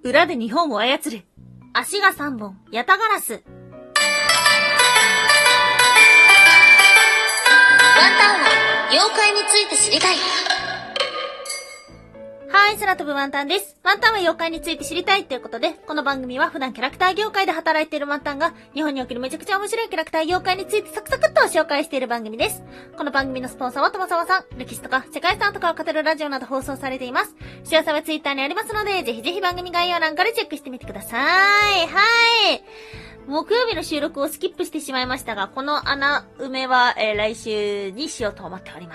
裏で日本を操る。足が3本、ヤタガラス。ワンタンは妖怪について知りたい。 はい、空飛ぶワンタンです。ワンタンは妖怪について知りたいということで、この番組は普段キャラクター業界で働いているワンタンが、日本におけるめちゃくちゃ面白いキャラクター業界についてサクサクっと紹介している番組です。この番組のスポンサーはともさまさん、歴史とか世界遺産とかを語るラジオなど放送されています。詳細はツイッターにありますので、ぜひぜひ番組概要欄からチェックしてみてください。はい。木曜日の収録をスキップしてしまいましたが、この穴埋めは、来週にしようと思っております。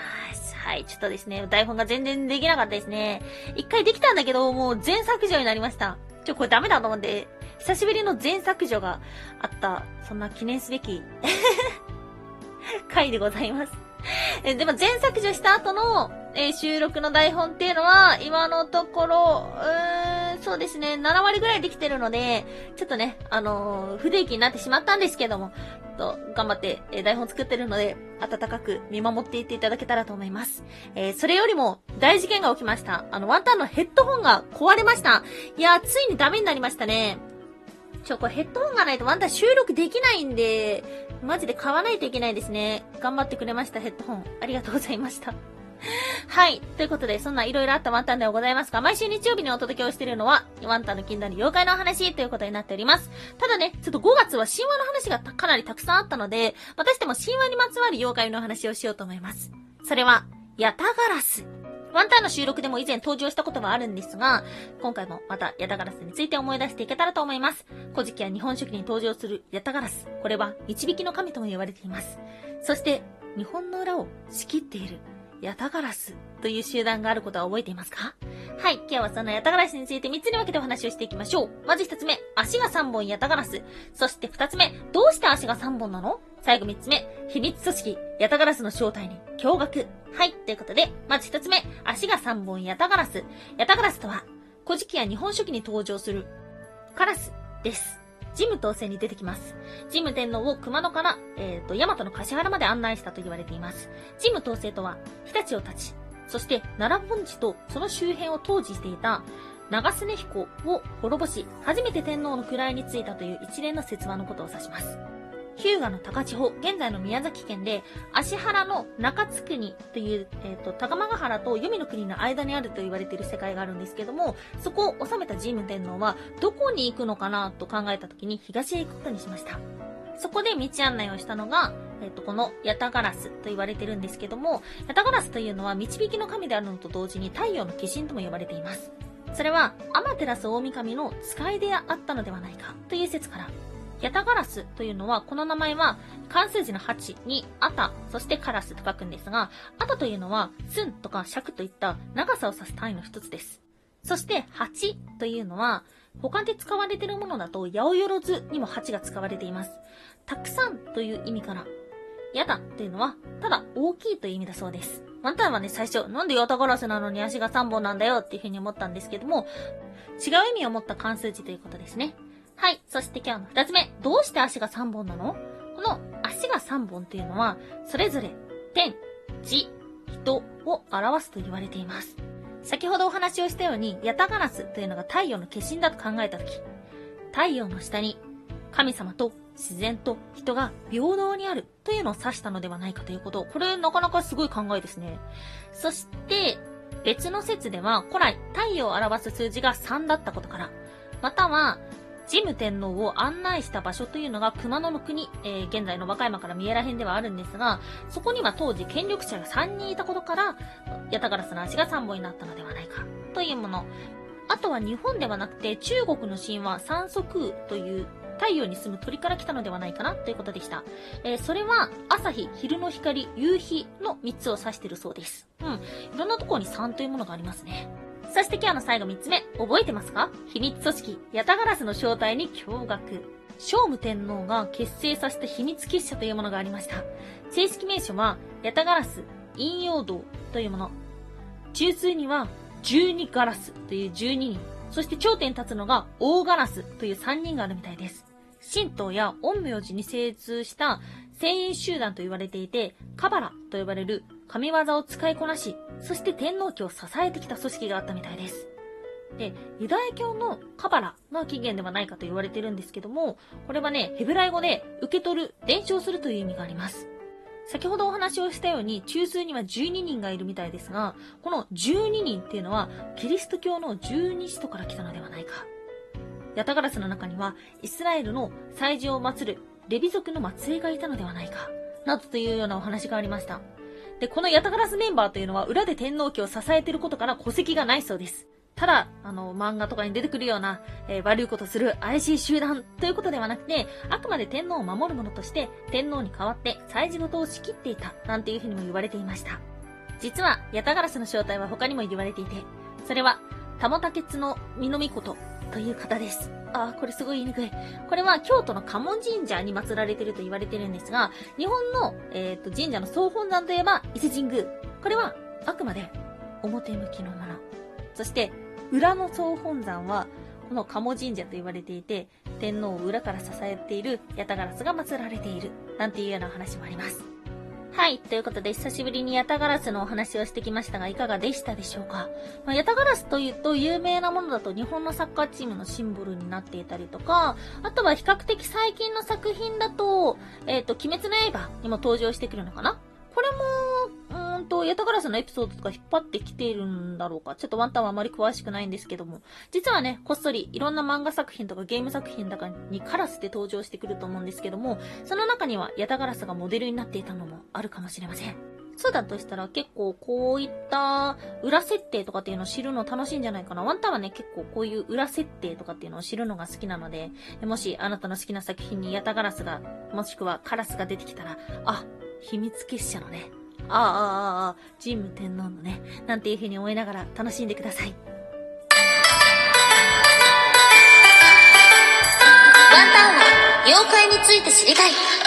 はい、ちょっとですね、台本が全然できなかったですね。一回できたんだけど、もう全削除になりました。これダメだと思って、久しぶりの全削除があった、そんな記念すべき回でございます。でも全削除した後の、収録の台本っていうのは、今のところ、そうですね、7割ぐらいできてるので、ちょっとね、不定期になってしまったんですけども、頑張って、台本作ってるので、温かく見守っていっていただけたらと思います。それよりも、大事件が起きました。ワンタンのヘッドホンが壊れました。いやー、ついにダメになりましたね。これヘッドホンがないとワンタン収録できないんで、マジで買わないといけないですね。頑張ってくれました、ヘッドホン。ありがとうございました。はい。ということで、そんな色々あったワンタンではございますが、毎週日曜日にお届けをしているのは、ワンタンの禁断の妖怪の話ということになっております。ただね、ちょっと5月は神話の話がかなりたくさんあったので、またしても神話にまつわる妖怪の話をしようと思います。それは、ヤタガラス。ワンタンの収録でも以前登場したことはあるんですが、今回もまたヤタガラスについて思い出していけたらと思います。古事記や日本書紀に登場するヤタガラス。これは導きの神とも言われています。そして、日本の裏を仕切っているヤタガラスという集団があることは覚えていますか？はい、今日はそのヤタガラスについて3つに分けてお話をしていきましょう。まず1つ目、足が3本ヤタガラス。そして2つ目、どうして足が3本なの？最後3つ目、秘密組織、ヤタガラスの正体に驚愕。はい、ということで、まず1つ目、足が3本ヤタガラス。ヤタガラスとは、古事記や日本書紀に登場するカラスです。神武統制に出てきます。神武天皇を熊野から、大和の橿原まで案内したと言われています。神武統制とは、日立を立ち、そして奈良盆地とその周辺を統治していた長常彦を滅ぼし、初めて天皇の位についたという一連の説話のことを指します。日向の高千穂、現在の宮崎県で、芦原の中津国という、高間ヶ原と黄泉の国の間にあると言われている世界があるんですけども、そこを治めた神武天皇は、どこに行くのかなと考えた時に東へ行くことにしました。そこで道案内をしたのが、このヤタガラスと言われているんですけども、ヤタガラスというのは導きの神であるのと同時に太陽の化身とも呼ばれています。それは、天照大神の使いであったのではないかという説から、ヤタガラスというのは、この名前は漢数字の8にアタ、そしてカラスと書くんですが、アタというのは寸とか尺といった長さを指す単位の一つです。そして8というのは、他で使われているものだと八百万にも8が使われています。たくさんという意味から、ヤタというのはただ大きいという意味だそうです。ワンタンはね、最初なんでヤタガラスなのに足が3本なんだよっていうふうに思ったんですけども、違う意味を持った漢数字ということですね。はい。そして今日の2つ目。どうして足が3本なの？この足が3本というのは、それぞれ天、地、人を表すと言われています。先ほどお話をしたように、ヤタガラスというのが太陽の化身だと考えたとき、太陽の下に神様と自然と人が平等にあるというのを指したのではないかということ。これなかなかすごい考えですね。そして、別の説では、古来太陽を表す数字が3だったことから、または、神武天皇を案内した場所というのが熊野の国、現在の和歌山から三重ら辺ではあるんですが、そこには当時権力者が3人いたことから、ヤタガラスの足が3本になったのではないかというもの。あとは日本ではなくて中国の神話三足空という太陽に住む鳥から来たのではないかなということでした。それは朝日、昼の光、夕日の3つを指しているそうです。いろんなところに3というものがありますね。そして今日の最後3つ目、覚えてますか？秘密組織、ヤタガラスの正体に驚愕。聖武天皇が結成させた秘密結社というものがありました。正式名称は、ヤタガラス陰陽道というもの。中枢には、12ガラスという12人。そして頂点に立つのが、大ガラスという3人があるみたいです。神道や陰陽師に精通した精鋭集団と言われていて、カバラと呼ばれる神業を使いこなし、そして天皇家を支えてきた組織があったみたいです。 で、ユダヤ教のカバラが起源ではないかと言われてるんですけども、これはね、ヘブライ語で受け取る、伝承するという意味があります。先ほどお話をしたように、中枢には12人がいるみたいですが、この12人っていうのは、キリスト教の十二使徒から来たのではないか。ヤタガラスの中には、イスラエルの祭司を祀るレビ族の末裔がいたのではないか、などというようなお話がありました。で、このヤタガラスメンバーというのは、裏で天皇家を支えていることから戸籍がないそうです。ただ、漫画とかに出てくるような、悪いことする怪しい集団ということではなくて、あくまで天皇を守る者として、天皇に代わって祭事事を仕切っていた、なんていうふうにも言われていました。実は、ヤタガラスの正体は他にも言われていて、それは、タモタケツのミノミコトという方です。これすごい言いにくい。これは京都の嘉門神社に祀られていると言われているんですが、日本の、神社の総本山といえば伊勢神宮。これは、あくまで表向きのもの。そして、裏の総本山は、この鴨神社と言われていて、天皇を裏から支えているヤタガラスが祀られている、なんていうような話もあります。はい、ということで久しぶりにヤタガラスのお話をしてきましたが、いかがでしたでしょうか。ヤタガラスというと有名なものだと日本のサッカーチームのシンボルになっていたりとか、あとは比較的最近の作品だと、鬼滅の刃にも登場してくるのかな。これも、ヤタガラスのエピソードとか引っ張ってきているんだろうか。ちょっとワンタンはあまり詳しくないんですけども。実はね、こっそりいろんな漫画作品とかゲーム作品とかにカラスで登場してくると思うんですけども、その中にはヤタガラスがモデルになっていたのもあるかもしれません。そうだとしたら結構こういった裏設定とかっていうのを知るの楽しいんじゃないかな。ワンタンはね、結構こういう裏設定とかっていうのを知るのが好きなので、もしあなたの好きな作品にヤタガラスが、もしくはカラスが出てきたら、秘密結社のね、神武天皇のね、なんていう風に思いながら楽しんでください。 ワンタンは妖怪について知りたい。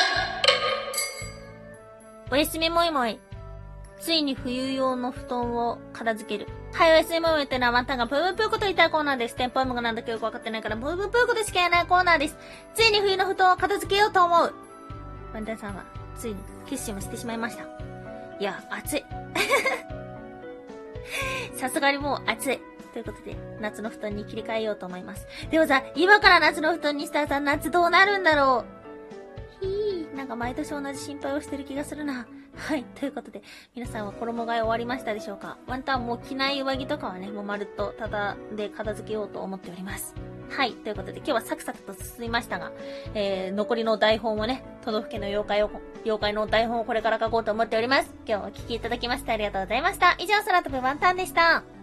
おやすみもいもい。ついに冬用の布団を片付ける。はい、おやすみもいもいってのはワンタンがぷーぷーこと言いたいコーナーです。テンポイムがなんだかよくわかってないからぷーぷーことしか言えないコーナーです。ついに冬の布団を片付けようと思う。ワンタンさんはついに決心をしてしまいました。いや、暑い。さすがにもう暑い。ということで、夏の布団に切り替えようと思います。でもさ、今から夏の布団にしたらさ、夏どうなるんだろう。なんか毎年同じ心配をしてる気がするな。はい。ということで、皆さんは衣替え終わりましたでしょうか。ワンタンもう着ない上着とかはね、もうまるっとただで片付けようと思っております。はい。ということで、今日はサクサクと進みましたが、残りの台本をね、都道府県の妖怪の台本をこれから書こうと思っております。今日はお聞きいただきましてありがとうございました。以上、空飛ぶワンタンでした。